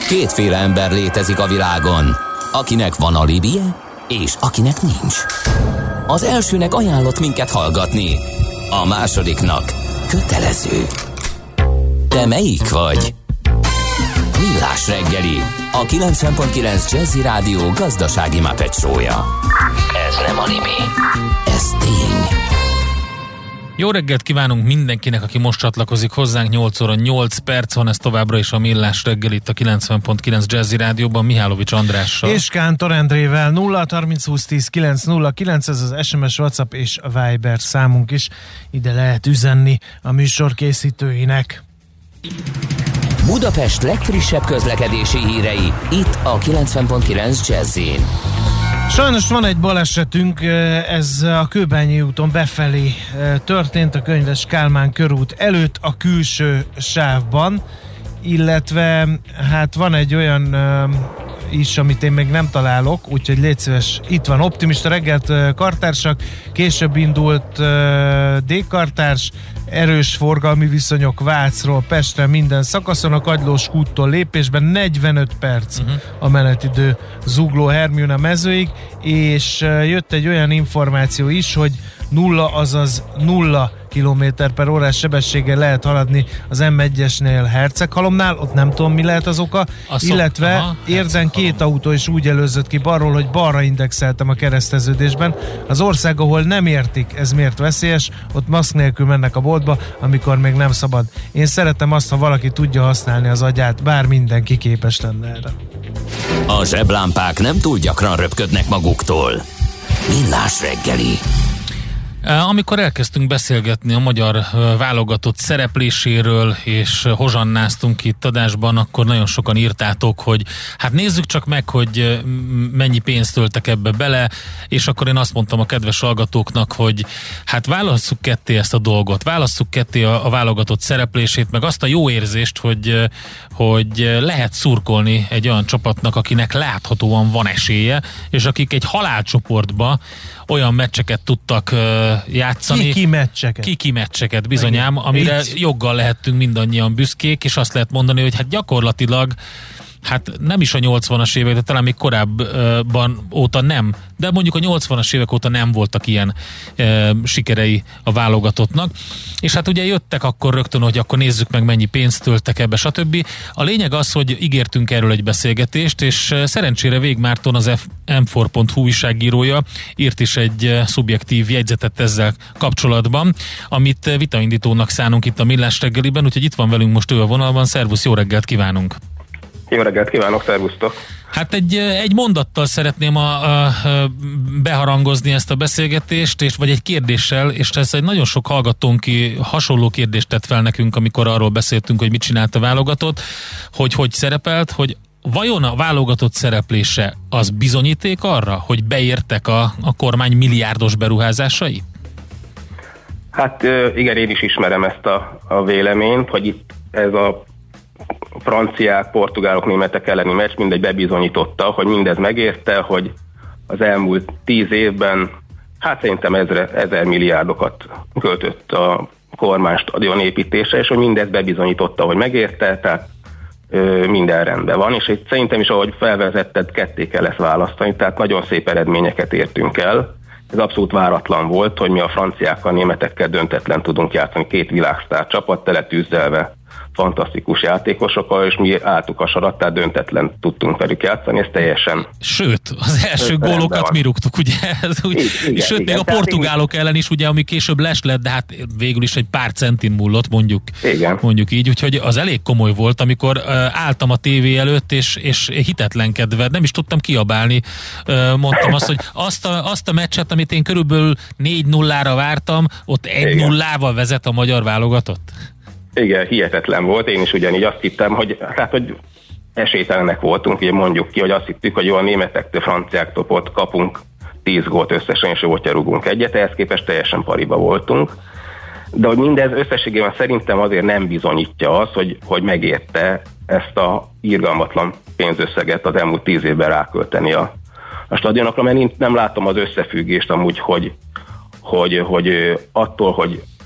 Kétféle ember létezik a világon, akinek van alibije, és akinek nincs. Az elsőnek ajánlott minket hallgatni, a másodiknak kötelező. Te melyik vagy? Millás reggeli, a 90.9 Jazzy Rádió gazdasági Muppet show-ja. Ez nem anime, ez tény. Jó reggelt kívánunk mindenkinek, aki most csatlakozik hozzánk. 8 óra 8 perc van, ez továbbra is a Millás reggel itt a 90.9 Jazzy Rádióban, Mihálovics Andrással. És Kántor Endrével. 0-30-20-10-9-09, ez az SMS, WhatsApp és a Viber számunk is. Ide lehet üzenni a műsor készítőinek. Budapest legfrissebb közlekedési hírei, itt a 90.9 Jazzyn. Sajnos van egy balesetünk, ez a Kőbányi úton befelé történt, a Könyves Kálmán körút előtt a külső sávban, illetve hát van egy olyan is, amit én még nem találok, úgyhogy légy szíves, itt van. Optimista reggelt, kartársak, később indult D-kartárs, erős forgalmi viszonyok Vácról Pestre minden szakaszon, a Kagylós kúttól lépésben 45 perc a menetidő Zugló Hermiona mezőig, és jött egy olyan információ is, hogy 0 km/h sebességgel lehet haladni az M1-esnél Herceghalomnál, ott nem tudom mi lehet az oka, illetve Érden két autó is úgy előzött ki balról, hogy balra indexeltem a kereszteződésben. Az ország, ahol nem értik, ez miért veszélyes, ott maszk nélkül mennek a boltba, amikor még nem szabad. Én szeretem azt, ha valaki tudja használni az agyát, bár mindenki képes lenne erre. A zseblámpák nem túl gyakran röpködnek maguktól. Millás reggeli. Amikor elkezdtünk beszélgetni a magyar válogatott szerepléséről, és hozsannáztunk itt adásban, akkor nagyon sokan írtátok, hogy hát nézzük csak meg, hogy mennyi pénzt töltek ebbe bele, és akkor én azt mondtam a kedves hallgatóknak, hogy hát válasszuk ketté ezt a dolgot, válasszuk ketté a válogatott szereplését, meg azt a jó érzést, hogy lehet szurkolni egy olyan csapatnak, akinek láthatóan van esélye, és akik egy halálcsoportba olyan meccseket tudtak játszani. Kiki meccseket bizonyám, amire joggal lehettünk mindannyian büszkék, és azt lehet mondani, hogy hát gyakorlatilag hát nem is a 80-as évek, de talán még korábban óta nem, de mondjuk a 80-as évek óta nem voltak ilyen sikerei a válogatottnak, és hát ugye jöttek akkor rögtön, hogy akkor nézzük meg mennyi pénzt töltek ebbe, stb. A lényeg az, hogy ígértünk erről egy beszélgetést, és szerencsére Vég Márton, az m4.hu újságírója írt is egy szubjektív jegyzetet ezzel kapcsolatban, amit vitaindítónak szánunk itt a Millás reggeliben, úgyhogy itt van velünk most ő a vonalban. Szervusz, jó reggelt kívánunk! Jó reggelt kívánok, szervusztok! Hát egy mondattal szeretném beharangozni ezt a beszélgetést, vagy egy kérdéssel, és ez egy nagyon sok hallgatónk hasonló kérdést tett fel nekünk, amikor arról beszéltünk, hogy mit csinált a válogatott, hogy szerepelt, hogy vajon a válogatott szereplése az bizonyíték arra, hogy beértek a kormány milliárdos beruházásai? Hát igen, én is ismerem ezt a véleményt, hogy itt ez a franciák, portugálok, németek elleni meccs mindegy bebizonyította, hogy mindez megérte, hogy az elmúlt 10 évben hát szerintem 1000 milliárdokat költött a kormány stadion építése, és hogy mindez bebizonyította, hogy megérte, tehát minden rendben van, és itt szerintem is, ahogy felvezetted, ketté kell ezt választani, tehát nagyon szép eredményeket értünk el. Ez abszolút váratlan volt, hogy mi a franciákkal, németekkel döntetlen tudunk játszani, két világsztár csapat teletűzzelve fantasztikus játékosokkal, és mi álltuk a sarat, tehát döntetlen tudtunk velük játszani, ez teljesen... Sőt, az első gólokat mi rúgtuk, ugye? Igen, sőt, még a portugálok ellen is, ugye, ami később les lett, de hát végül is egy pár centin múlott, mondjuk így, úgyhogy az elég komoly volt, amikor álltam a tévé előtt, és hitetlenkedve, nem is tudtam kiabálni, mondtam azt, hogy azt a meccset, amit én körülbelül 4-0-ra vártam, ott 1-0-val vezet a magyar válogatott. Igen, hihetetlen volt. Én is ugyanígy azt hittem, hogy esélytelenek voltunk, ugye mondjuk ki, hogy azt hittük, hogy jó, a németektől, franciáktól ott kapunk 10 gólt összesen, és jót rúgunk egyet, ehhez képest teljesen pariba voltunk. De hogy mindez összességében szerintem azért nem bizonyítja azt, hogy megérte ezt a irgalmatlan pénzösszeget az elmúlt 10 évben rákölteni a stadionokra, mert én nem látom az összefüggést amúgy, hogy attól, hogy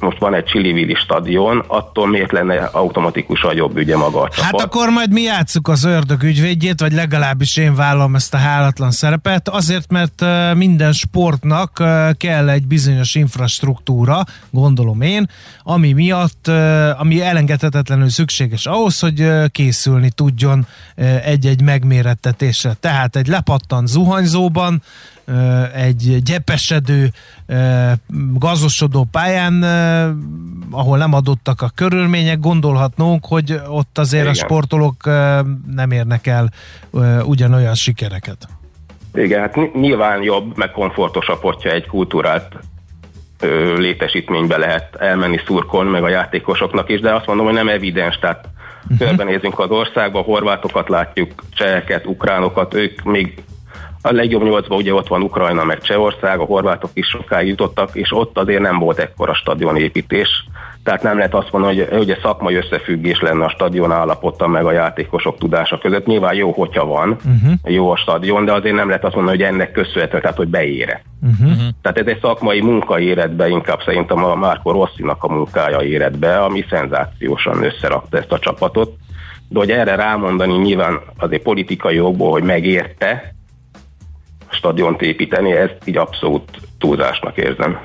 most van egy Chili-Willy stadion, attól miért lenne automatikusan jobb ügye maga a csapat? Hát akkor majd mi játsszuk az ördög ügyvédjét, vagy legalábbis én vállalom ezt a hálatlan szerepet, azért, mert minden sportnak kell egy bizonyos infrastruktúra, gondolom én, ami miatt, ami elengedhetetlenül szükséges ahhoz, hogy készülni tudjon egy-egy megmérettetésre. Tehát egy lepattant zuhanyzóban, egy gyepesedő, gazosodó pályán, ahol nem adottak a körülmények, gondolhatnunk, hogy ott azért igen, a sportolók nem érnek el ugyanolyan sikereket. Igen, hát nyilván jobb, meg komfortosabb, hogyha egy kultúrált létesítménybe lehet elmenni szurkolni, meg a játékosoknak is, de azt mondom, hogy nem evidens, tehát körbenézünk az országba, horvátokat látjuk, cseheket, ukránokat, ők még a legjobb 8-ban ugye ott van Ukrajna, meg Csehország, a horvátok is sokáig jutottak, és ott azért nem volt ekkora stadionépítés. Tehát nem lehet azt mondani, hogy ugye szakmai összefüggés lenne a stadion állapota, meg a játékosok tudása között. Nyilván jó, hogyha van, jó a stadion, de azért nem lehet azt mondani, hogy ennek köszönhető, tehát hogy beére. Tehát ez egy szakmai munka éred be, inkább szerintem a Marco Rossinak a munkája éred be, ami szenzációsan összerakta ezt a csapatot. De hogy erre rámondani nyilván azért politikai jogból, hogy megérte stadiont építeni, ezt így abszolút túlzásnak érzem.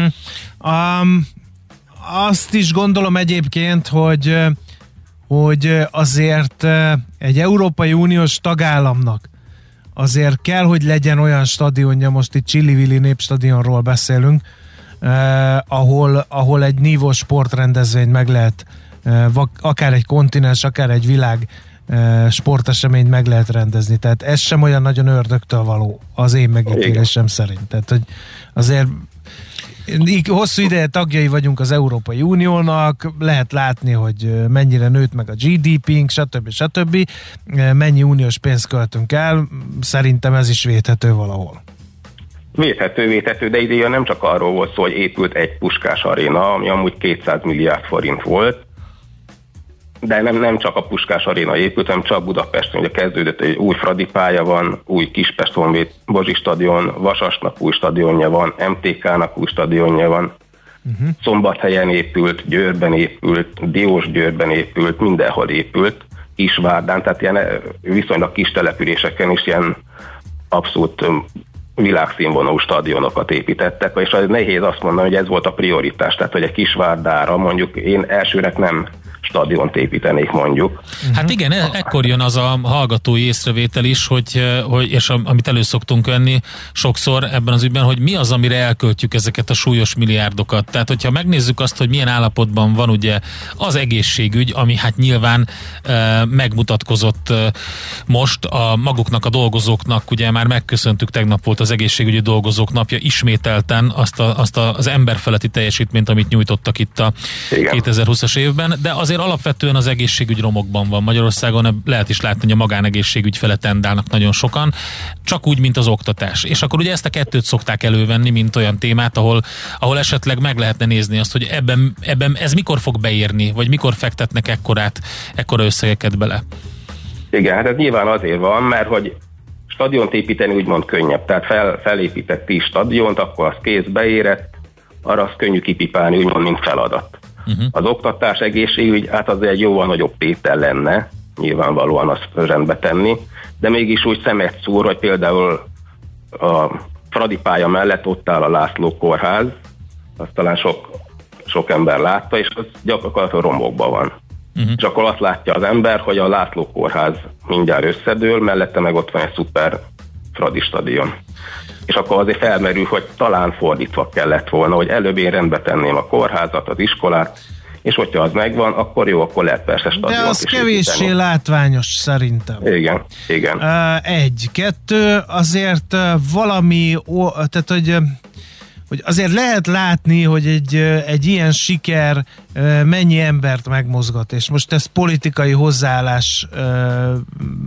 Azt is gondolom egyébként, hogy azért egy Európai Uniós tagállamnak azért kell, hogy legyen olyan stadionja, most itt Chili-Willy népstadionról beszélünk, ahol egy nívós sportrendezvényt meg lehet, akár egy kontinens, akár egy világ sporteseményt meg lehet rendezni. Tehát ez sem olyan nagyon ördögtől való az én megítélésem szerint. Tehát, hogy azért hosszú ideje tagjai vagyunk az Európai Uniónak, lehet látni, hogy mennyire nőtt meg a GDP-nk, stb. Mennyi uniós pénzt költünk el, szerintem ez is védhető valahol. Védhető, de idén nem csak arról volt szó, hogy épült egy Puskás aréna, ami amúgy 200 milliárd forint volt, de nem csak a Puskás aréna épült, hanem csak Budapesten. Ugye kezdődött, egy új Fradi pálya van, új Kispest Honvéd Bozsi stadion, Vasasnak új stadionja van, MTK-nak új stadionja van, Szombathelyen épült, Győrben épült, Diósgyőrben épült, mindenhol épült, Kisvárdán, tehát ilyen viszonylag kis településeken is ilyen abszolút világszínvonalú stadionokat építettek, és nehéz azt mondani, hogy ez volt a prioritás, tehát hogy egy Kisvárdára mondjuk én elsőnek nem stadiont építenék mondjuk. Hát igen, ekkor jön az a hallgatói észrevétel is, hogy és amit elő szoktunk venni sokszor ebben az ügyben, hogy mi az, amire elköltjük ezeket a súlyos milliárdokat. Tehát, hogyha megnézzük azt, hogy milyen állapotban van ugye az egészségügy, ami hát nyilván megmutatkozott most a maguknak a dolgozóknak, ugye már megköszöntük, tegnap volt az egészségügyi dolgozók napja, ismételten azt az emberfeletti teljesítményt, amit nyújtottak itt a 2020-as évben, de azért alapvetően az egészségügy romokban van. Magyarországon lehet is látni, hogy a magánegészségügy fele tendálnak nagyon sokan, csak úgy, mint az oktatás. És akkor ugye ezt a kettőt szokták elővenni, mint olyan témát, ahol esetleg meg lehetne nézni azt, hogy ebben ez mikor fog beérni, vagy mikor fektetnek ekkora összegeket bele. Igen, hát ez nyilván azért van, mert hogy stadiont építeni úgymond könnyebb. Tehát felépített 10 stadiont, akkor az kézbe érett, arra az könnyű kipipálni, úgymond, mint feladat. Az oktatás, egészségügy, hát az egy jóval nagyobb tétel lenne, nyilvánvalóan azt rendbe tenni, de mégis úgy szemet szúr, hogy például a Fradi pálya mellett ott áll a László kórház, azt talán sok ember látta, és az gyakorlatilag romokban van. És akkor azt látja az ember, hogy a László kórház mindjárt összedől, mellette meg ott van egy szuper Fradi stadion. És akkor azért felmerül, hogy talán fordítva kellett volna, hogy előbb én rendbe tenném a kórházat, az iskolát, és hogyha az megvan, akkor jó, akkor lehet persze stadiont is. De az kevéssé látványos szerintem. Igen. 1-2, azért valami, tehát hogy azért lehet látni, hogy egy ilyen siker mennyi embert megmozgat, és most ezt politikai hozzáállástól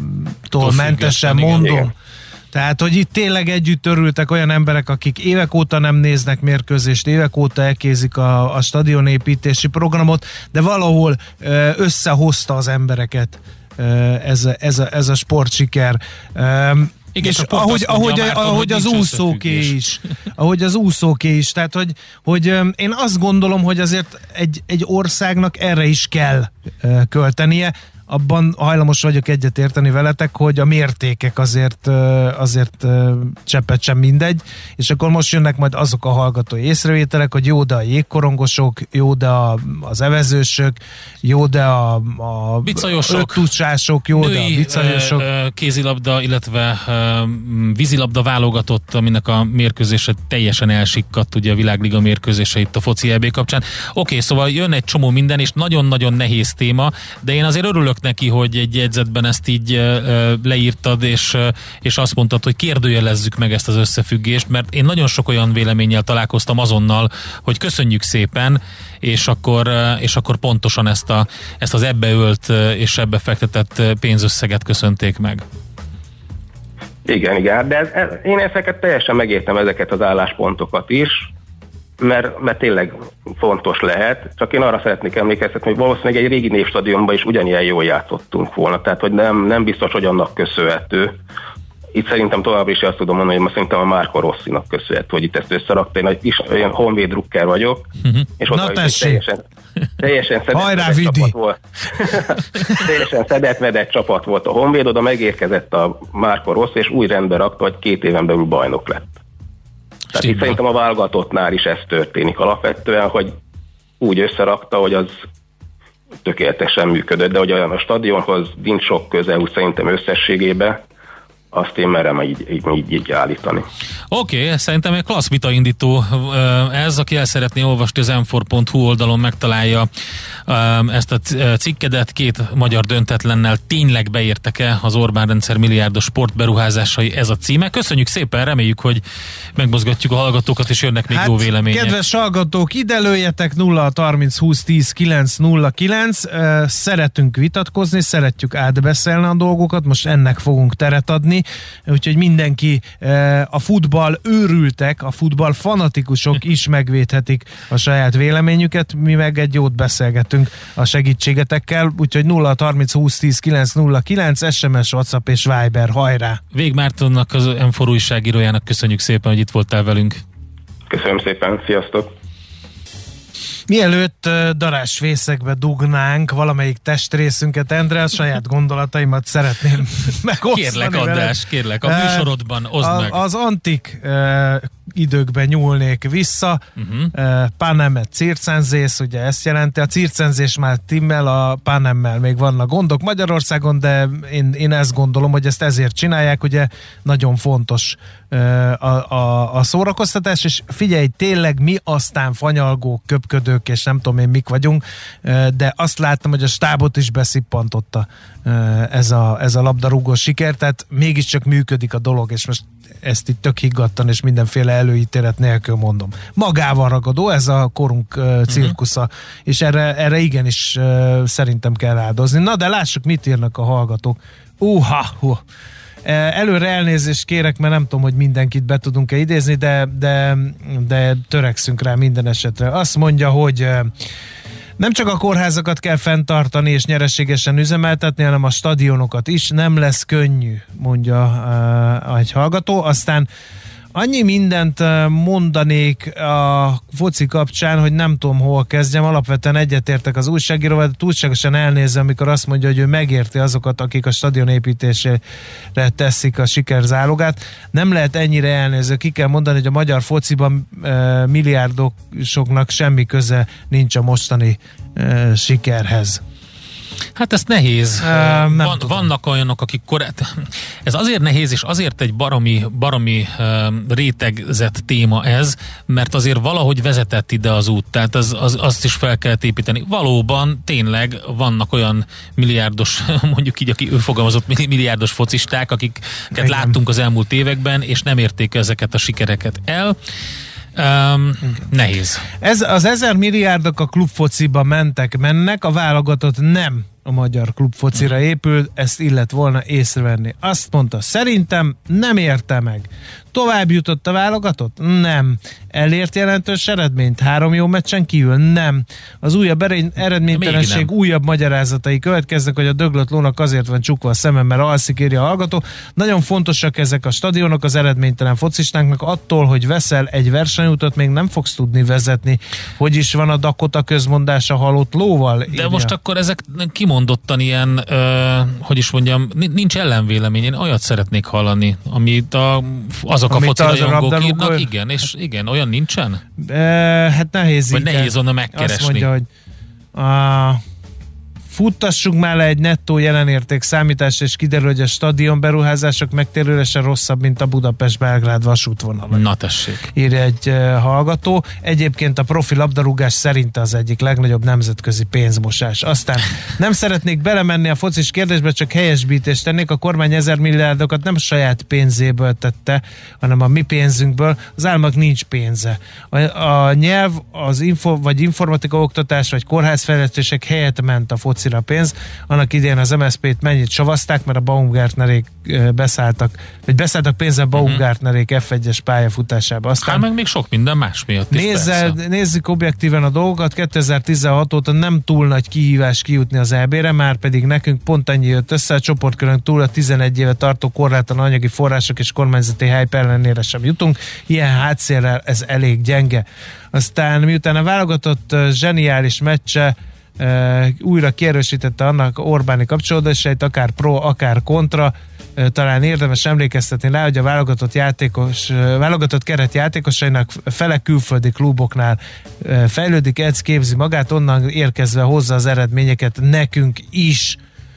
mentesen mondom. Igen. Tehát, hogy itt tényleg együtt örültek olyan emberek, akik évek óta nem néznek mérkőzést, évek óta elkézik a stadionépítési programot, de valahol összehozta az embereket ez a sportsiker. Igen, és ahogy az úszóké is. Ahogy az úszóké is. Tehát, hogy én azt gondolom, hogy azért egy országnak erre is kell költenie. Abban hajlamos vagyok egyetérteni veletek, hogy a mértékek azért cseppet sem mindegy, és akkor most jönnek majd azok a hallgatói észrevételek, hogy jó, de a jégkorongosok, jó, de az evezősök, jó, de a öttucsások, jó, de a bicajosok. Kézilabda, illetve vízilabda válogatott, aminek a mérkőzése teljesen elsikkadt, ugye a világliga mérkőzése itt a foci EB kapcsán. Oké, szóval jön egy csomó minden, és nagyon-nagyon nehéz téma, de én azért örülök neki, hogy egy jegyzetben ezt így leírtad, és azt mondtad, hogy kérdőjelezzük meg ezt az összefüggést, mert én nagyon sok olyan véleménnyel találkoztam azonnal, hogy köszönjük szépen, és akkor pontosan ezt az ebbe ölt és ebbe fektetett pénzösszeget köszönték meg. Igen, de én ezeket teljesen megértem, ezeket az álláspontokat is, mert tényleg fontos lehet, csak én arra szeretnék emlékeztetni, hogy valószínűleg egy régi névstadionban is ugyanilyen jól játszottunk volna, tehát hogy nem biztos, hogy annak köszönhető. Itt szerintem továbbra is azt tudom mondani, hogy szerintem a Marco Rossinak köszönhető, hogy itt ezt összerakta. Én olyan Honvéd drukker vagyok, és ott teljesen szedett csapat volt. Teljesen szedett csapat volt a Honvéd, oda megérkezett a Marco Rossi, és új rendbe rakta, hogy 2 éven belül bajnok lett. Tehát itt szerintem a válogatottnál is ez történik alapvetően, hogy úgy összerakta, hogy az tökéletesen működött, de hogy olyan a stadionhoz nincs sok köze, úgy szerintem összességében, azt én merem így állítani. Oké, szerintem egy klassz vitaindító ez, aki el szeretné olvasni az m4.hu oldalon megtalálja ezt a cikkedet, 2 magyar döntetlennel tényleg beértek-e az Orbán rendszer milliárdos sportberuházásai, ez a címe. Köszönjük szépen, reméljük, hogy megmozgatjuk a hallgatókat, és jönnek még jó vélemények. Kedves hallgatók, ide lőjetek 0-30 20 10 909, szeretünk vitatkozni, szeretjük átbeszélni a dolgokat, most ennek fogunk teret adni, úgyhogy mindenki, a futball őrültek, a futball fanatikusok is megvédhetik a saját véleményüket, mi meg egy jót beszélgetünk a segítségetekkel, úgyhogy 0-30 20 10 909, SMS, WhatsApp és Viber, hajrá! Vég Mártonnak, az M4 újságírójának köszönjük szépen, hogy itt voltál velünk. Köszönöm szépen, sziasztok! Mielőtt darásvészekbe dugnánk valamelyik testrészünket, Endre, a saját gondolataimat szeretném megosztani. Kérlek, András, kérlek, a műsorodban oszd meg. Az antik időkben nyúlnék vissza, Panemet circenzész, ugye ezt jelenti, a circenzés már timmel, a Panemmel még vannak gondok Magyarországon, de én ezt gondolom, hogy ezt ezért csinálják, ugye nagyon fontos a szórakoztatás, és figyelj, tényleg mi aztán fanyalgók, köpködők, és nem tudom én mik vagyunk, de azt láttam, hogy a stábot is beszippantotta ez a labdarúgó siker, tehát mégiscsak működik a dolog, és most ezt itt tök higgadtan és mindenféle előítélet nélkül mondom. Magával ragadó, ez a korunk cirkusza, és erre igenis szerintem kell áldozni. Na, de lássuk, mit írnak a hallgatók. Előre elnézést kérek, mert nem tudom, hogy mindenkit be tudunk-e idézni, de törekszünk rá minden esetre. Azt mondja, hogy nem csak a kórházakat kell fenntartani és nyereségesen üzemeltetni, hanem a stadionokat is. Nem lesz könnyű, mondja egy hallgató. Aztán annyi mindent mondanék a foci kapcsán, hogy nem tudom, hol kezdjem. Alapvetően egyetértek az újságíróval, de túlságosan elnézem, amikor azt mondja, hogy ő megérti azokat, akik a stadion építésére teszik a siker zálogát. Nem lehet ennyire elnéző. Ki kell mondani, hogy a magyar fociban milliárdosoknak semmi köze nincs a mostani sikerhez. Hát ez nehéz. Vannak olyanok, akik ez azért nehéz, és azért egy baromi rétegzett téma ez, mert azért valahogy vezetett ide az út, tehát azt is fel kellett építeni. Valóban tényleg vannak olyan milliárdos, mondjuk így, aki ő fogalmazott, milliárdos focisták, akiket láttunk az elmúlt években, és nem érték ezeket a sikereket el. Nehéz. Az 1000 milliárdok a klubfociba mennek, a válogatott nem a magyar klubfocira épül, ezt illet volna észrevenni. Azt mondta, szerintem nem érte meg. Tovább jutott a válogatott? Nem. Elért jelentős eredményt? 3 jó meccsen kívül? Nem. Az újabb eredménytelenség újabb magyarázatai következnek, hogy a döglött lónak azért van csukva a szemem, mert alszik, írja a hallgató. Nagyon fontosak ezek a stadionok az eredménytelen focistáknak, attól, hogy veszel egy versenyutat, még nem fogsz tudni vezetni. Hogy is van a Dakota közmondása halott lóval? De írja. most akkor ezek kimondottan ilyen, hogy is mondjam, nincs ellenvélemény. Én olyat szeretnék hallani, amit azok a focirajongók írnak. Igen, és igen, olyan nincsen? Hát nehéz. Vagy nehéz onnan megkeresni. Azt mondja, hogy futtassunk már le egy nettó jelenérték számítást, és kiderül, hogy a stadion beruházások megtérülése rosszabb, mint a Budapest-Belgrád vasútvonal. Na tessék. Írja egy hallgató. Egyébként a profi labdarúgás szerinte az egyik legnagyobb nemzetközi pénzmosás. Aztán nem szeretnék belemenni a focis kérdésbe, csak helyesbítést tennék. A kormány 1000 milliárdokat nem saját pénzéből tette, hanem a mi pénzünkből. Az államnak nincs pénze. A nyelv, az vagy informatika oktatás, vagy kórházfejlesztések helyett ment a focira pénz. Annak idején az MSZP-t mennyit savazták, mert a Baumgartnerék beszálltak pénzzel Baumgartnerék F1-es pályafutásába. Aztán meg még sok minden más miatt is. Nézzük objektíven a dolgokat. 2016 óta nem túl nagy kihívás kijutni az EB-re, már pedig nekünk pont annyi jött össze, a csoportkörön túl a 11 éve tartó korlátlan anyagi források és kormányzati hype ellenére sem jutunk. Ilyen hátszéllel ez elég gyenge. Aztán miután a válogatott zseniális meccse újra kierősítette annak Orbáni kapcsolódásait, akár pro, akár kontra, talán érdemes emlékeztetni rá, hogy a válogatott keret játékosainak fele külföldi kluboknál fejlődik, edz, képzi magát, onnan érkezve hozza az eredményeket nekünk is.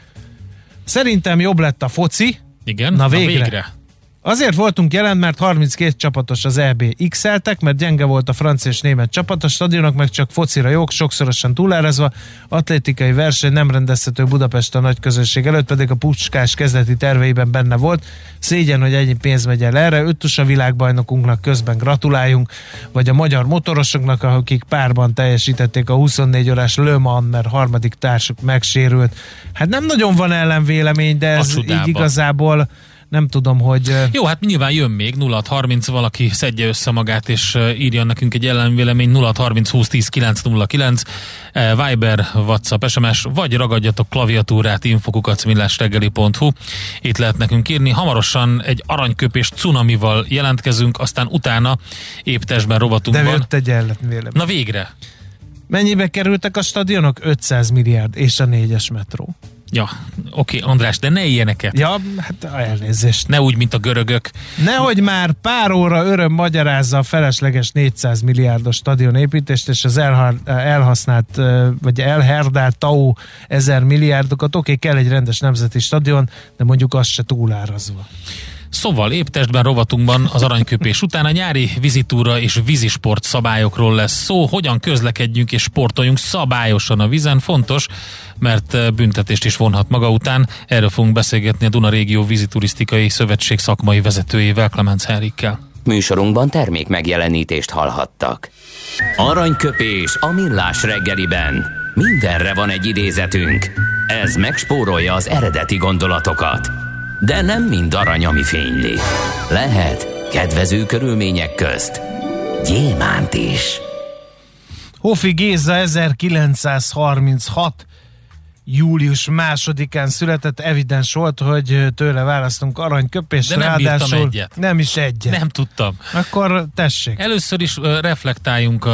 Szerintem jobb lett a foci. Igen, na végre. Azért voltunk jelen, mert 32 csapatos az EB. X-eltek, mert gyenge volt a francia és német csapat, a stadionok meg csak focira jók, sokszorosan túlárazva, atlétikai verseny nem rendezhető Budapest a nagy közönség előtt, pedig a Puskás kezdeti terveiben benne volt. Szégyen, hogy ennyi pénz megy el erre, 5 USA világbajnokunknak közben gratuláljunk, vagy a magyar motorosoknak, akik párban teljesítették a 24 órás Le Mans, mert harmadik társuk megsérült. Hát nem nagyon van ellenvélemény, de ez így igazából nem tudom, hogy... Jó, hát nyilván jön még 0630, valaki szedje össze magát, és írja nekünk egy ellenvélemény 0630 20 10 909, Viber, WhatsApp, SMS, vagy ragadjatok klaviatúrát info@millásreggeli.hu. Itt lehet nekünk írni. Hamarosan egy aranyköpés cunamival jelentkezünk, aztán utána épp testben rovatunkban. De jött egy ellenvélemény. Na végre! Mennyibe kerültek a stadionok? 500 milliárd és a 4-es metró. Ja, oké, András, de ne ilyeneket. Ja, hát elnézést. Ne úgy, mint a görögök. Nehogy már pár óra öröm magyarázza a felesleges 400 milliárdos stadionépítést és az elhasznált, vagy elherdált TAO 1000 milliárdokat. Oké, kell egy rendes nemzeti stadion, de mondjuk az se túlárazva. Szóval épp testben rovatunkban az aranyköpés után a nyári vízitúra és vízisport szabályokról lesz szó, hogyan közlekedjünk és sportoljunk szabályosan a vízen. Fontos, mert büntetést is vonhat maga után. Erről fogunk beszélgetni a Duna Régió Víziturisztikai Szövetség szakmai vezetőjével, Klemenc Henrikkel. Műsorunkban termék megjelenítést hallhattak. Aranyköpés a millás reggeliben. Mindenre van egy idézetünk. Ez megspórolja az eredeti gondolatokat. De nem mind arany, ami fényli. Lehet kedvező körülmények közt gyémánt is. Hofi Géza 1936. július 2-án született, evidens volt, hogy tőle választunk aranyköpést. De nem bírtam egyet. Nem is egyet. Nem tudtam. Akkor tessék. Először is reflektáljunk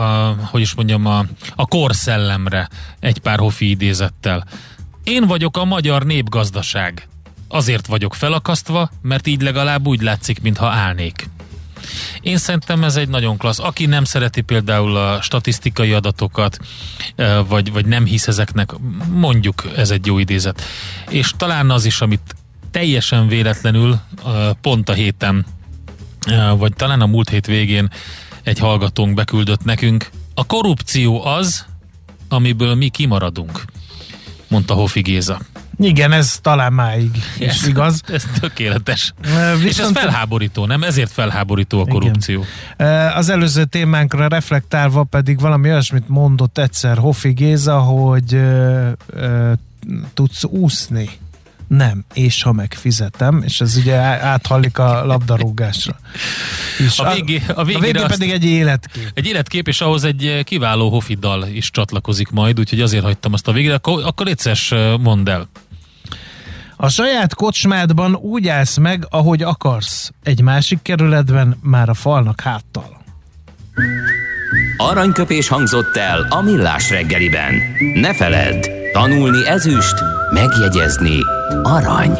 a korszellemre egy pár Hofi idézettel. Én vagyok a magyar népgazdaság. Azért vagyok felakasztva, mert így legalább úgy látszik, mintha állnék. Én szerintem ez egy nagyon klassz. Aki nem szereti például a statisztikai adatokat, vagy nem hisz ezeknek, mondjuk ez egy jó idézet. És talán az is, amit teljesen véletlenül pont a héten, vagy talán a múlt hét végén egy hallgatónk beküldött nekünk. A korrupció az, amiből mi kimaradunk, mondta Hofi Géza. Igen, ez talán máig is igaz. Ez tökéletes. És ez felháborító, nem? Ezért felháborító a korrupció. Igen. Az előző témánkra reflektálva pedig valami olyasmit mondott egyszer Hofi Géza, hogy tudsz úszni. Nem, és ha megfizetem, és ez ugye áthallik a labdarúgásra. És A végén pedig egy életkép. Egy életkép, és ahhoz egy kiváló Hofi dal is csatlakozik majd, úgyhogy azért hagytam azt a végre. Akkor egyszer mondd el. A saját kocsmádban úgy állsz meg, ahogy akarsz. Egy másik kerületben már a falnak háttal. Aranyköpés hangzott el a Millás reggeliben. Ne feledd, tanulni ezüst, megjegyezni arany.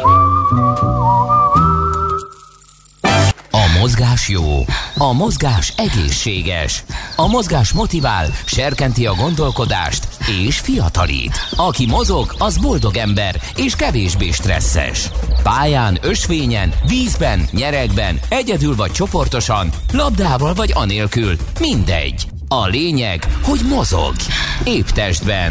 A mozgás jó, a mozgás egészséges, a mozgás motivál, serkenti a gondolkodást és fiatalít. Aki mozog, az boldog ember és kevésbé stresszes. Pályán, ösvényen, vízben, nyeregben, egyedül vagy csoportosan, labdával vagy anélkül, mindegy. A lényeg, hogy mozog. Épp testben.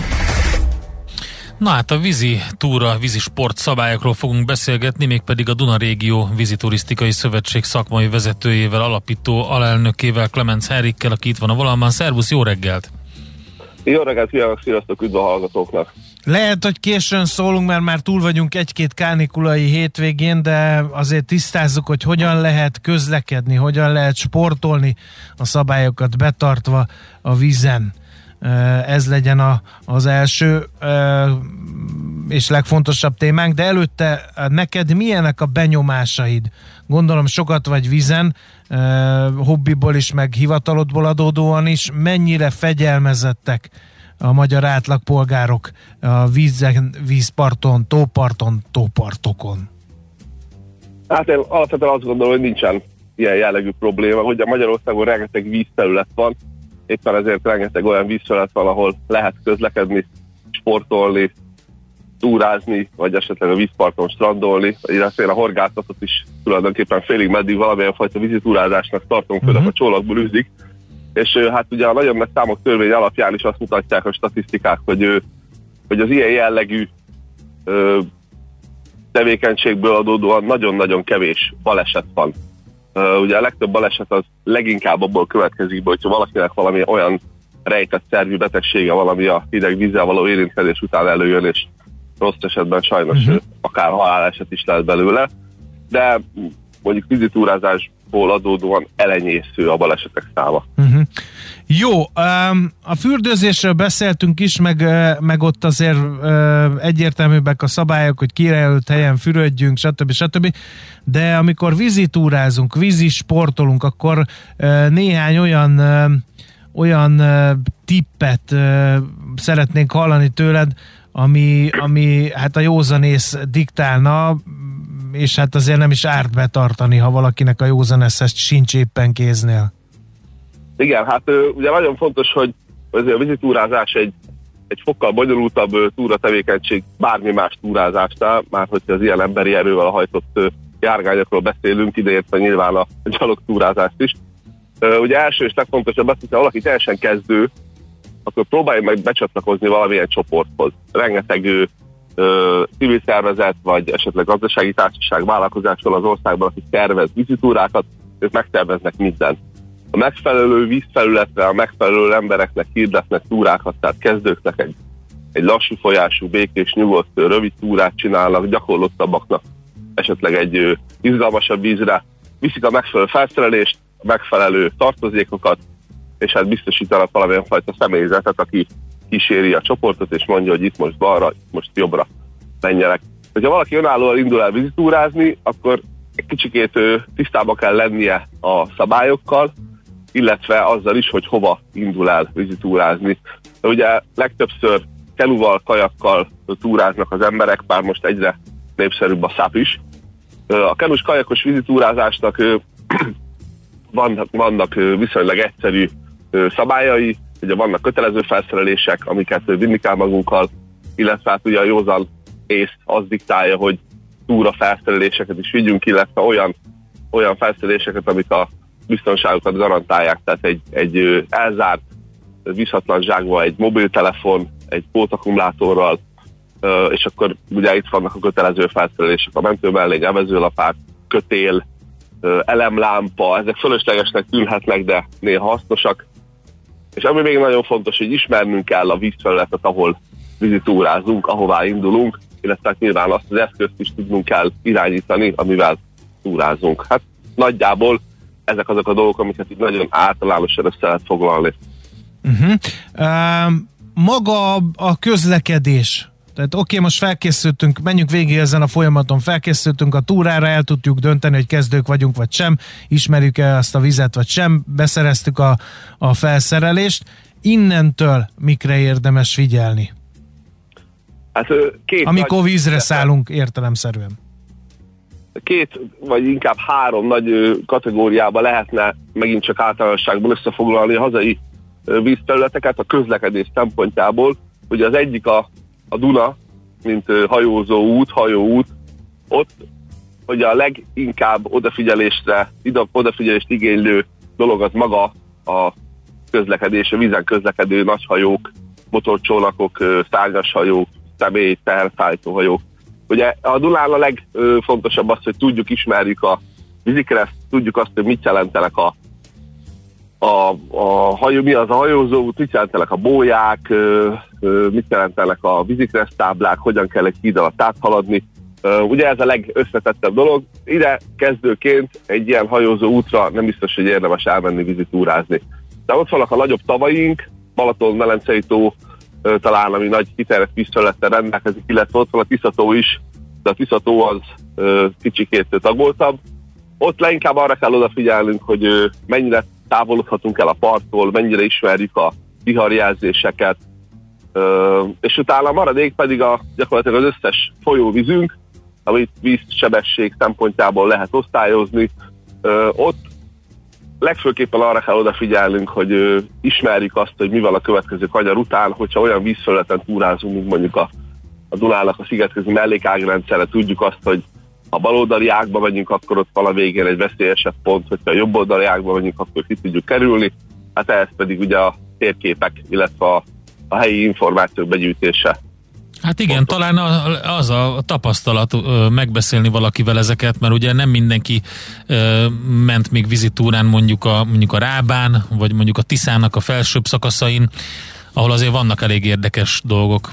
Na hát a vízi túra, vízi sport szabályokról fogunk beszélgetni, mégpedig a Duna Régió Víziturisztikai Szövetség szakmai vezetőjével, alapító alelnökével, Klemenc Henrikkel, aki itt van a vonalban. Szervusz, jó reggelt! Jó reggelt, kívánok, sziasztok, üdv a hallgatóknak! Lehet, hogy későn szólunk, mert már túl vagyunk egy-két kánikulai hétvégén, de azért tisztázzuk, hogy hogyan lehet közlekedni, hogyan lehet sportolni a szabályokat betartva a vízen. Ez legyen az első és legfontosabb témánk, de előtte neked milyenek a benyomásaid? Gondolom sokat vagy vízen, hobbiból is, meg hivatalodból adódóan is. Mennyire fegyelmezettek a magyar átlagpolgárok a vízen, vízparton, tópartokon? Hát én alapvetően azt gondolom, hogy nincsen ilyen jellegű probléma. Ugye Magyarországon rengeteg vízterület van, éppen ezért rengeteg olyan vízfelület van, ahol lehet közlekedni, sportolni, túrázni, vagy esetleg a vízparton strandolni, illetve én a horgászatot is tulajdonképpen félig meddig valamilyen fajta vízitúrázásnak tartom, főleg a csónakból űzik. És hát ugye a nagyon nagy számok törvény alapján is azt mutatják a statisztikák, hogy az ilyen jellegű tevékenységből adódóan nagyon-nagyon kevés baleset van. Ugye a legtöbb baleset az leginkább abból következik, hogyha valakinek valami olyan rejtett szervi betegsége, valami a hideg vízzel való érintkezés után előjön, és rossz esetben sajnos akár haláleset is lehet belőle, de mondjuk vízitúrázásból adódóan elenyésző a balesetek száma. Jó, a fürdőzésről beszéltünk is, meg ott azért egyértelműbbek a szabályok, hogy kijelölt helyen fürödjünk, stb. De amikor vízitúrázunk, vízisportolunk, akkor néhány olyan tippet szeretnénk hallani tőled, ami hát a józanész diktálna, és hát azért nem is árt betartani, ha valakinek a józanésze sincs éppen kéznél. Igen, hát ugye nagyon fontos, hogy a vízitúrázás egy fokkal bonyolultabb túratevékenység bármi más túrázásnál, már hogyha az ilyen emberi erővel hajtott járgányokról beszélünk, ideértve nyilván a gyalogtúrázást is. Ugye első és legfontosabb az, hogyha valaki teljesen kezdő, akkor próbálj meg becsatlakozni valamilyen csoporthoz. Rengeteg civil szervezet, vagy esetleg gazdasági társaság, vállalkozás van az országban, akik tervez vízitúrákat, ők megterveznek mindent. A megfelelő vízfelületre, a megfelelő embereknek hirdetnek túrákat, tehát kezdőknek egy lassú folyású, békés, nyugodt, rövid túrát csinálnak, gyakorlottabbaknak esetleg egy izgalmasabb vízre, viszik a megfelelő felszerelést, a megfelelő tartozékokat, és hát biztosítanak valamilyen fajta személyzetet, aki kíséri a csoportot, és mondja, hogy itt most balra, itt most jobbra menjenek. Ha valaki önállóan indul el vízitúrázni, akkor egy kicsikét tisztában kell lennie a szabályokkal, illetve azzal is, hogy hova indul el vízitúrázni. De ugye legtöbbször kenuval, kajakkal túráznak az emberek, bár most egyre népszerűbb a SUP is. A kenus kajakos vízitúrázásnak vannak viszonylag egyszerű szabályai, ugye vannak kötelező felszerelések, amiket vinni kell magunkkal, illetve hát ugye a józan ész az diktálja, hogy túra felszereléseket is vigyünk, illetve olyan felszereléseket, amik a biztonságokat garantálják, tehát egy elzárt, vízhatlan zsákba egy mobiltelefon, egy pótakkumulátorral, és akkor ugye itt vannak a kötelező felszerelések, a mentőmellény, evezőlapát, kötél, elemlámpa, ezek fölöslegesnek tűnhetnek, de néha hasznosak. És ami még nagyon fontos, hogy ismernünk kell a vízfelületet, ahol vízitúrázunk, ahová indulunk, illetve nyilván azt az eszközt is tudnunk kell irányítani, amivel túrázunk. Hát nagyjából ezek azok a dolgok, amiket így nagyon általánosan össze lehet foglalni. Maga a közlekedés, tehát oké, most felkészültünk, menjünk végig ezen a folyamaton, felkészültünk a túrára, el tudjuk dönteni, hogy kezdők vagyunk vagy sem, ismerjük-e azt a vizet vagy sem, beszereztük a felszerelést. Innentől mikre érdemes figyelni? Hát, amikor vízre szállunk értelemszerűen. 2 vagy inkább 3 nagy kategóriába lehetne megint csak általánosságban összefoglalni a hazai vízterületeket a közlekedés szempontjából. Ugye az egyik a Duna, mint hajózó út, hajóút. Ott ugye a leginkább odafigyelést igénylő dolog az maga a közlekedés, a vízen közlekedő nagyhajók, motorcsónakok, szárnyas hajók, személy, teherszállító. Ugye a Dunán a legfontosabb az, hogy ismerjük a vízikreszt, tudjuk azt, hogy mit jelentenek mi az a hajózó út, mit jelentenek a bóják, mit jelentenek a vízikreszt táblák, hogyan kell egy híd alatt áthaladni. Ugye ez a legösszetettebb dolog. Ide kezdőként egy ilyen hajózó útra nem biztos, hogy érdemes elmenni vizitúrázni. De ott vannak a nagyobb tavaink, Balaton-Melencei tó, talán ami nagy kiterjedt vízterülettel rendelkezik, illetve ott van a Tisza-tó is, de a Tisza-tó az kicsikét tagoltabb. Ott leginkább arra kell odafigyelnünk, hogy mennyire távolodhatunk el a parttól, mennyire ismerjük a viharjelzéseket, és utána a maradék pedig gyakorlatilag az összes folyóvízünk, amit vízsebesség szempontjából lehet osztályozni. Ott legfőképpen arra kell odafigyelnünk, hogy ismerjük azt, hogy mi van a következő kanyar után, hogyha olyan vízfelületen túrázunk, mint mondjuk a Dunának a szigetközi mellékágrendszerre, tudjuk azt, hogy ha baloldali ágba megyünk, akkor ott van a végén egy veszélyesebb pont, hogyha a jobboldali ágba megyünk, akkor ki tudjuk kerülni. Hát ehhez pedig ugye a térképek, illetve a helyi információk begyűjtése. Hát igen, talán az a tapasztalat megbeszélni valakivel ezeket, mert ugye nem mindenki ment még vizitúrán mondjuk a Rábán, vagy mondjuk a Tiszának a felsőbb szakaszain, ahol azért vannak elég érdekes dolgok.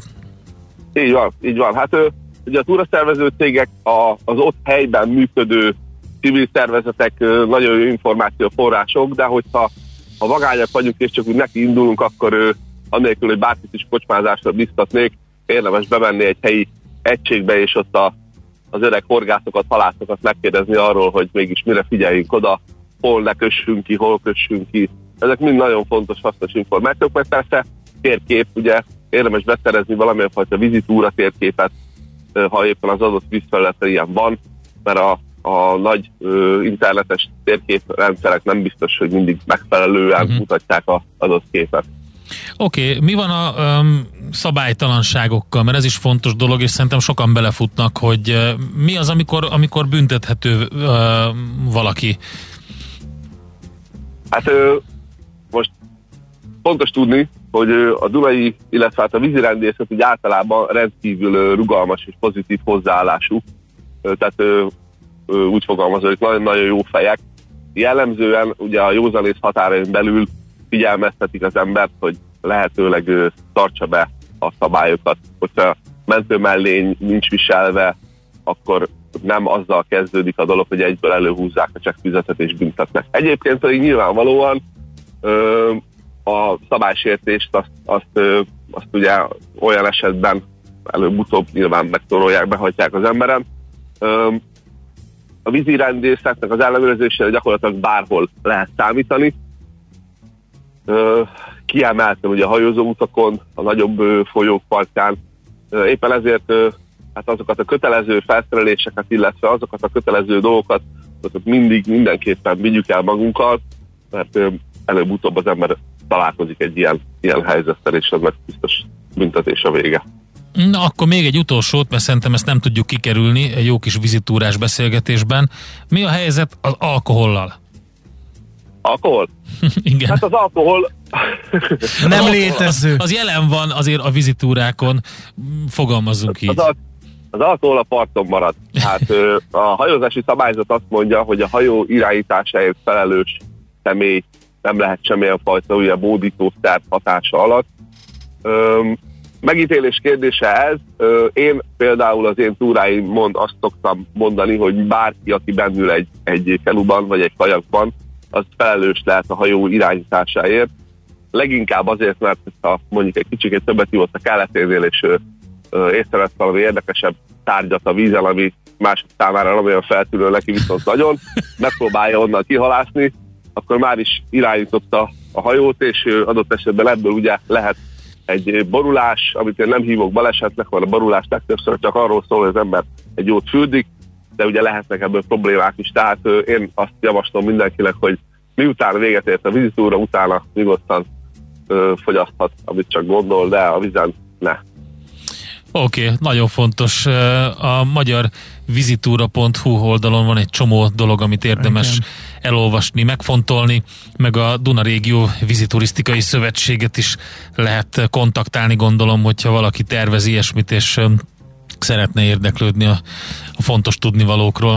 Így van. Hát ugye a túraszervező cégek, az ott helyben működő civil szervezetek nagyon jó információforrások, de hogyha vagányak vagyunk és csak úgy neki indulunk, akkor annélkül, hogy bárkit is kocsmázásra biztatnék, érdemes bemenni egy helyi egységbe, és ott az öreg horgászokat, halászokat megkérdezni arról, hogy mégis mire figyeljünk oda, hol ne kössünk ki, hol kössünk ki. Ezek mind nagyon fontos, hasznos információk, mert persze térkép, ugye érdemes beszerezni valamilyen fajta vizitúra térképet, ha éppen az adott vízfelületen ilyen van, mert a nagy internetes térképrendszerek nem biztos, hogy mindig megfelelően mutatják az adott képet. Oké, mi van a szabálytalanságokkal, mert ez is fontos dolog, és szerintem sokan belefutnak, hogy mi az, amikor büntethető valaki? Hát most fontos tudni, hogy a Dunai, illetve a vízirendészet úgy általában rendkívül rugalmas és pozitív hozzáállású, tehát úgy fogalmazom, hogy nagyon-nagyon jó fejek. Jellemzően ugye a józanész határain belül figyelmeztetik az embert, hogy lehetőleg tartsa be a szabályokat. Hogyha mentőmellény nincs viselve, akkor nem azzal kezdődik a dolog, hogy egyből előhúzzák a csekkfüzetet és büntetnek. Egyébként pedig nyilvánvalóan a szabálysértést azt ugye olyan esetben előbb-utóbb nyilván megtorolják, behagyják az emberen. A vízirendészetnek az ellenőrzésére gyakorlatilag bárhol lehet számítani. Kiemeltem ugye a hajózó utakon, a nagyobb folyók partján. Éppen ezért hát azokat a kötelező felszereléseket, illetve azokat a kötelező dolgokat, azokat mindenképpen vigyük el magunkkal, mert előbb-utóbb az ember találkozik egy ilyen helyzettel, és ennek biztos büntetés a vége. Na, akkor még egy utolsót, mert szerintem ezt nem tudjuk kikerülni egy jó kis vizitúrás beszélgetésben. Mi a helyzet az alkohollal? Alkohol? Igen. Hát az alkohol... nem létező. Az jelen van azért a vizitúrákon, fogalmazzunk így. Az alkohol a parton marad. Hát a hajózási szabályzat azt mondja, hogy a hajó irányításáért felelős személy nem lehet semmilyen fajta ugye módítószer hatása alatt. Megítélés kérdése ez. Én például az én túráimon azt szoktam mondani, hogy bárki, aki bennül egy feluban vagy egy kajakban, az felelős lehet a hajó irányításáért. Leginkább azért, mert ha mondjuk egy kicsit többet hívott a kelleténél, és észrevett valami érdekesebb tárgyat a vízen, ami mások számára nem olyan feltűnő, neki viszont nagyon, megpróbálja onnan kihalászni, akkor már is irányította a hajót, és adott esetben ebből ugye lehet egy borulás, amit én nem hívok balesetnek, mert a borulás legtöbbször csak arról szól, hogy az ember egy jót fürdik, de ugye lehetnek ebből problémák is. Tehát én azt javaslom mindenkinek, hogy miután véget ért a vizitúra, utána nyugodtan fogyaszthat, amit csak gondol, de a vizen ne. Oké, nagyon fontos. A magyar vizitúra.hu oldalon van egy csomó dolog, amit érdemes elolvasni, megfontolni, meg a Duna Régió Viziturisztikai Szövetséget is lehet kontaktálni, gondolom, hogyha valaki tervez ilyesmit, és szeretne érdeklődni a fontos tudnivalókról.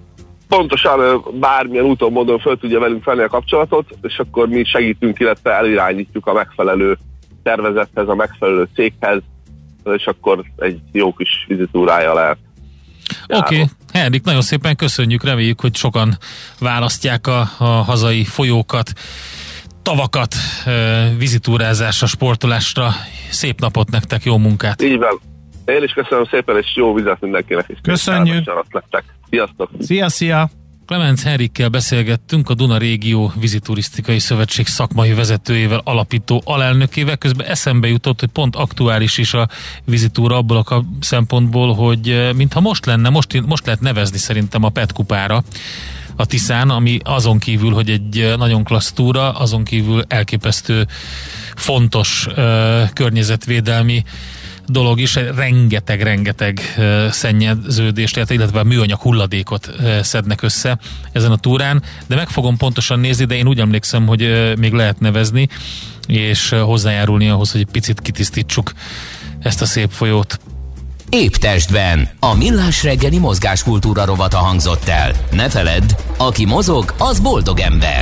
Pontosan bármilyen úton, módon föl tudja velünk venni a kapcsolatot, és akkor mi segítünk, illetve elirányítjuk a megfelelő szervezethez, a megfelelő céghez, és akkor egy jó kis vizitúrája lehet. Oké, Henrik, nagyon szépen köszönjük, reméljük, hogy sokan választják a hazai folyókat, tavakat, vizitúrázásra, sportolásra. Szép napot nektek, jó munkát! Így van. Én is köszönöm szépen, és jó vizet mindenkinek is. Köszönjük! Sziasztok! Szia! Klemenc Henrikkel beszélgettünk, a Duna Régió Viziturisztikai Szövetség szakmai vezetőjével, alapító alelnökével. Közben eszembe jutott, hogy pont aktuális is a vizitúra abból a szempontból, hogy mintha most lenne, most lehet nevezni szerintem a PET kupára a Tiszán, ami azon kívül, hogy egy nagyon klassz túra, azon kívül elképesztő fontos környezetvédelmi dolog is, rengeteg szennyeződést, illetve műanyag hulladékot szednek össze ezen a túrán, de meg fogom pontosan nézni, de én úgy emlékszem, hogy még lehet nevezni, és hozzájárulni ahhoz, hogy egy picit kitisztítsuk ezt a szép folyót. Épp testben. A Millás reggeli mozgáskultúra rovata hangzott el. Ne feledd, aki mozog, az boldog ember.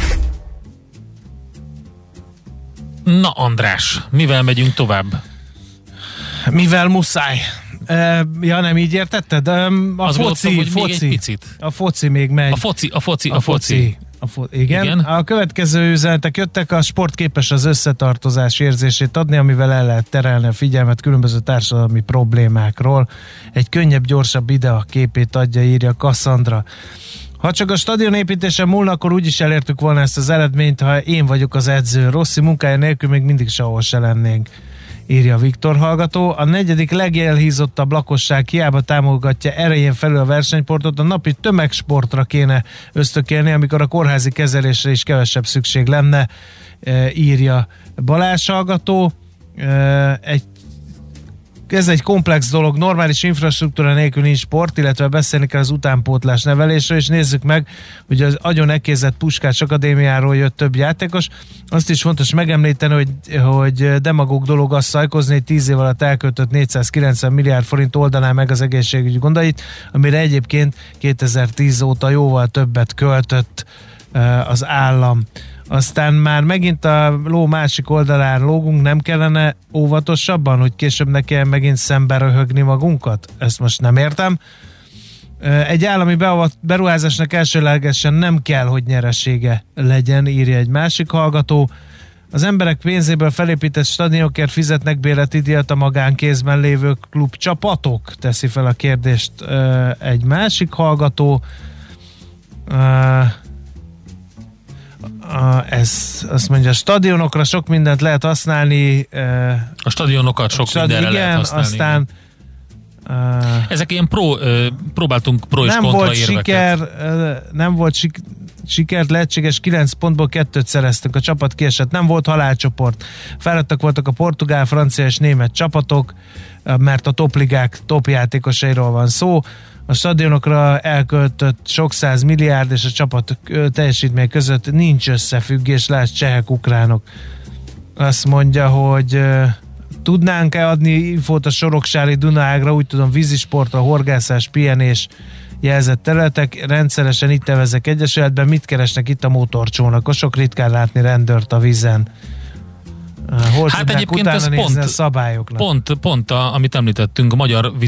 Na András, mivel megyünk tovább? Mivel muszáj. Ja, nem így értetted? A foci, még egy picit. A foci még megy. A foci. Igen. A következő üzenetek jöttek, a sport képes az összetartozás érzését adni, amivel el lehet terelni a figyelmet különböző társadalmi problémákról. Egy könnyebb, gyorsabb ide a képét adja, írja Cassandra. Ha csak a stadion építése múlna, akkor úgyis elértük volna ezt az eredményt, ha én vagyok az edző. Rossi munkája nélkül még mindig sehol se lennénk, írja Viktor hallgató. A negyedik legelhízottabb lakosság hiába támogatja erején felül a versenysportot, a napi tömegsportra kéne ösztökélni, amikor a kórházi kezelésre is kevesebb szükség lenne, írja Balázs hallgató. Ez egy komplex dolog, normális infrastruktúra nélkül nincs sport, illetve beszélni kell az utánpótlás nevelésről, és nézzük meg, hogy az agyon elkézett Puskás Akadémiáról jött több játékos. Azt is fontos megemlíteni, hogy demagóg dolog azt szajkozni, hogy 10 év alatt elköltött 490 milliárd forint oldaná meg az egészségügy gondait, amire egyébként 2010 óta jóval többet költött az állam. Aztán már megint a ló másik oldalán lógunk, nem kellene óvatosabban, hogy később ne kell megint szembe röhögni magunkat? Ezt most nem értem. Egy állami beruházásnak elsőlegesen nem kell, hogy nyeresége legyen, írja egy másik hallgató. Az emberek pénzéből felépített stadionokért fizetnek bérletidíjat a magánkézben lévő klubcsapatok? Teszi fel a kérdést egy másik hallgató. Azt mondja, a stadionokra sok mindent lehet használni. A stadionokat sok mindenre lehet használni. Aztán ezek ilyen próbáltunk pro és kontra érveket. Nem volt sikert, lehetséges 9 pontból 2-t szereztünk, a csapat kiesett, nem volt halálcsoport. Fáradtak voltak a portugál, francia és német csapatok, mert a topligák topjátékosairól van szó. A stadionokra elköltött sok 100 milliárd és a csapat teljesítmény között nincs összefüggés, lásd csehek, ukránok. Azt mondja, hogy tudnánk-e adni infót a soroksári Dunaágra, úgy tudom, vízisportra, horgászás, pihenés jelzett területek, rendszeresen itt tevezek egyesületben, mit keresnek itt a motorcsónakosok, ritkán látni rendőrt a vízen. Hol hát tudnánk egyébként utána ez nézni a szabályoknak? Pont amit említettünk, a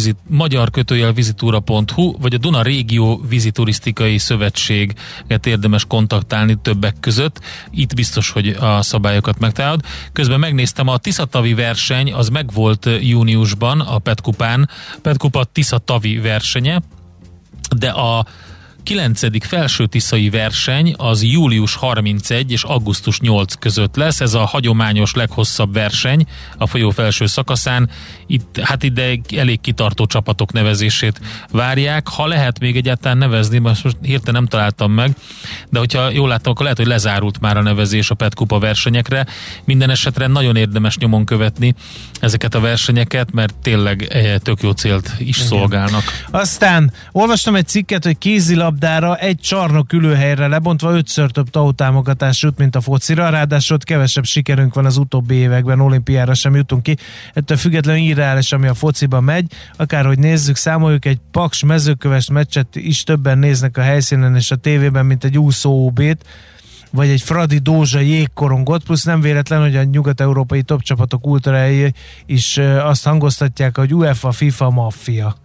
magyar-vizitúra.hu, vagy a Duna Régió Viziturisztikai Szövetséget érdemes kontaktálni többek között. Itt biztos, hogy a szabályokat megtalálod. Közben megnéztem, a Tiszatavi verseny, az megvolt júniusban a Petkupán, Petkupa Tiszatavi versenye, de a 9. felső tiszai verseny az július 31 és augusztus 8 között lesz. Ez a hagyományos leghosszabb verseny a folyó felső szakaszán. Itt ide elég kitartó csapatok nevezését várják. Ha lehet még egyáltalán nevezni, most hirtelen nem találtam meg, de hogyha jól láttam, akkor lehet, hogy lezárult már a nevezés a Petkupa versenyekre. Minden esetre nagyon érdemes nyomon követni ezeket a versenyeket, mert tényleg tök jó célt is szolgálnak. Aztán olvastam egy cikket, hogy kézilabdára egy csarnok ülőhelyre lebontva 5-ször több TAO támogatás jut, mint a focira, ráadásul kevesebb sikerünk van az utóbbi években, olimpiára sem jutunk ki. Ettől függetlenül irreális, ami a fociban megy. Akárhogy nézzük, számoljuk, egy Paks Mezőköves meccset is többen néznek a helyszínen és a tévében, mint egy úszó OB-t, vagy egy Fradi Dózsa jégkorongot, plusz nem véletlen, hogy a nyugat-európai top csapatok ultraei is azt hangoztatják, hogy UEFA, FIFA, maffia.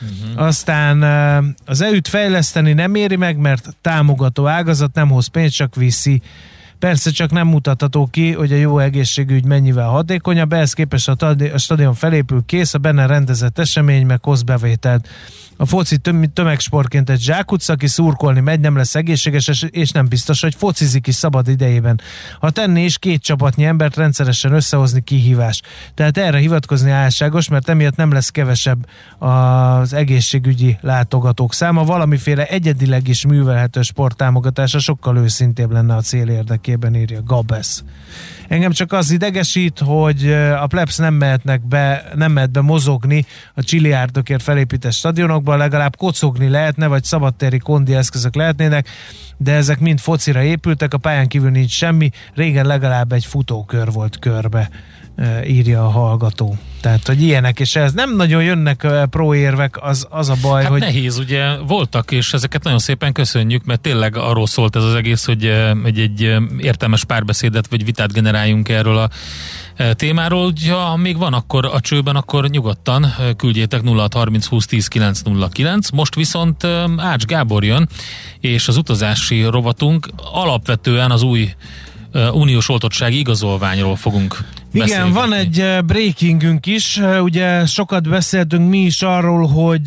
Aztán az EU-t fejleszteni nem éri meg, mert támogató ágazat nem hoz pénzt, csak viszi. Persze csak nem mutatható ki, hogy a jó egészségügy mennyivel hatékonyabb, ehhez képest a stadion felépül, kész, a benne rendezett esemény, meg hoz bevételt. A foci tömegsportként egy zsákutca, aki szurkolni megy, nem lesz egészséges, és nem biztos, hogy focizik is szabad idejében. Ha tenni is, 2 csapatnyi embert rendszeresen összehozni kihívás. Tehát erre hivatkozni álságos, mert emiatt nem lesz kevesebb az egészségügyi látogatók száma. Valamiféle egyedileg is művelhető sporttámogatása sokkal őszintébb lenne a cél érdekében, írja Gabesz. Engem csak az idegesít, hogy a plebs nem mehet be mozogni a csiliárdokért felépített stadionokban, legalább kocogni lehetne, vagy szabadtéri kondi eszközök lehetnének, de ezek mind focira épültek, a pályán kívül nincs semmi, régen legalább egy futókör volt körbe, írja a hallgató. Tehát, hogy ilyenek, és ez nem nagyon jönnek próérvek, az a baj, hát hogy... nehéz, ugye voltak, és ezeket nagyon szépen köszönjük, mert tényleg arról szólt ez az egész, hogy egy értelmes párbeszédet vagy vitát generáljunk erről a témáról. Ha még van akkor a csőben, akkor nyugodtan küldjétek 0630 20 10 909. Most viszont Ács Gábor jön, és az utazási rovatunk alapvetően az új uniós oltottsági igazolványról fogunk beszélgetni. Igen, van egy breakingünk is, ugye sokat beszéltünk mi is arról,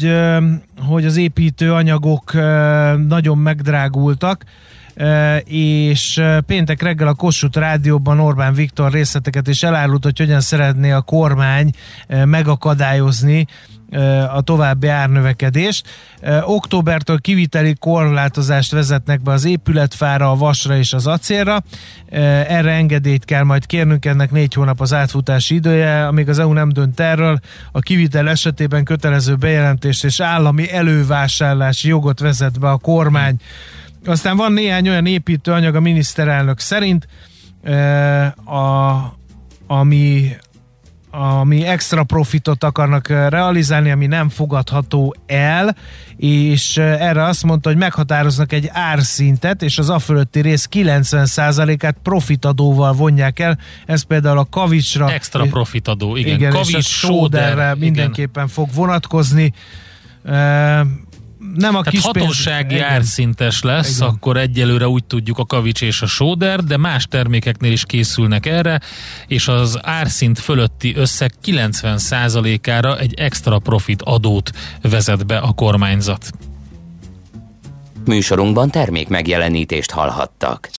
hogy az építőanyagok nagyon megdrágultak, és péntek reggel a Kossuth Rádióban Orbán Viktor részleteket is elárult, hogy hogyan szeretné a kormány megakadályozni a további árnövekedést. Októbertől kiviteli korlátozást vezetnek be az épületfára, a vasra és az acélra. Erre engedélyt kell majd kérnünk, ennek 4 hónap az átfutási idője, amíg az EU nem dönt erről. A kivitel esetében kötelező bejelentést és állami elővásárlási jogot vezet be a kormány. Aztán van néhány olyan építőanyag a miniszterelnök szerint, ami extra profitot akarnak realizálni, ami nem fogadható el, és erre azt mondta, hogy meghatároznak egy árszintet, és az afölötti rész 90%-át profitadóval vonják el, ez például a kavicsra. Extra profitadó, igen. Kavics, és a sóderre mindenképpen fog vonatkozni. Nem a tehát hatósági árszintes lesz, igen. Akkor egyelőre úgy tudjuk a kavics és a sóder, de más termékeknél is készülnek erre, és az árszint fölötti összeg 90%-ára egy extra profit adót vezet be a kormányzat. Műsorunkban termék megjelenítést hallhattak.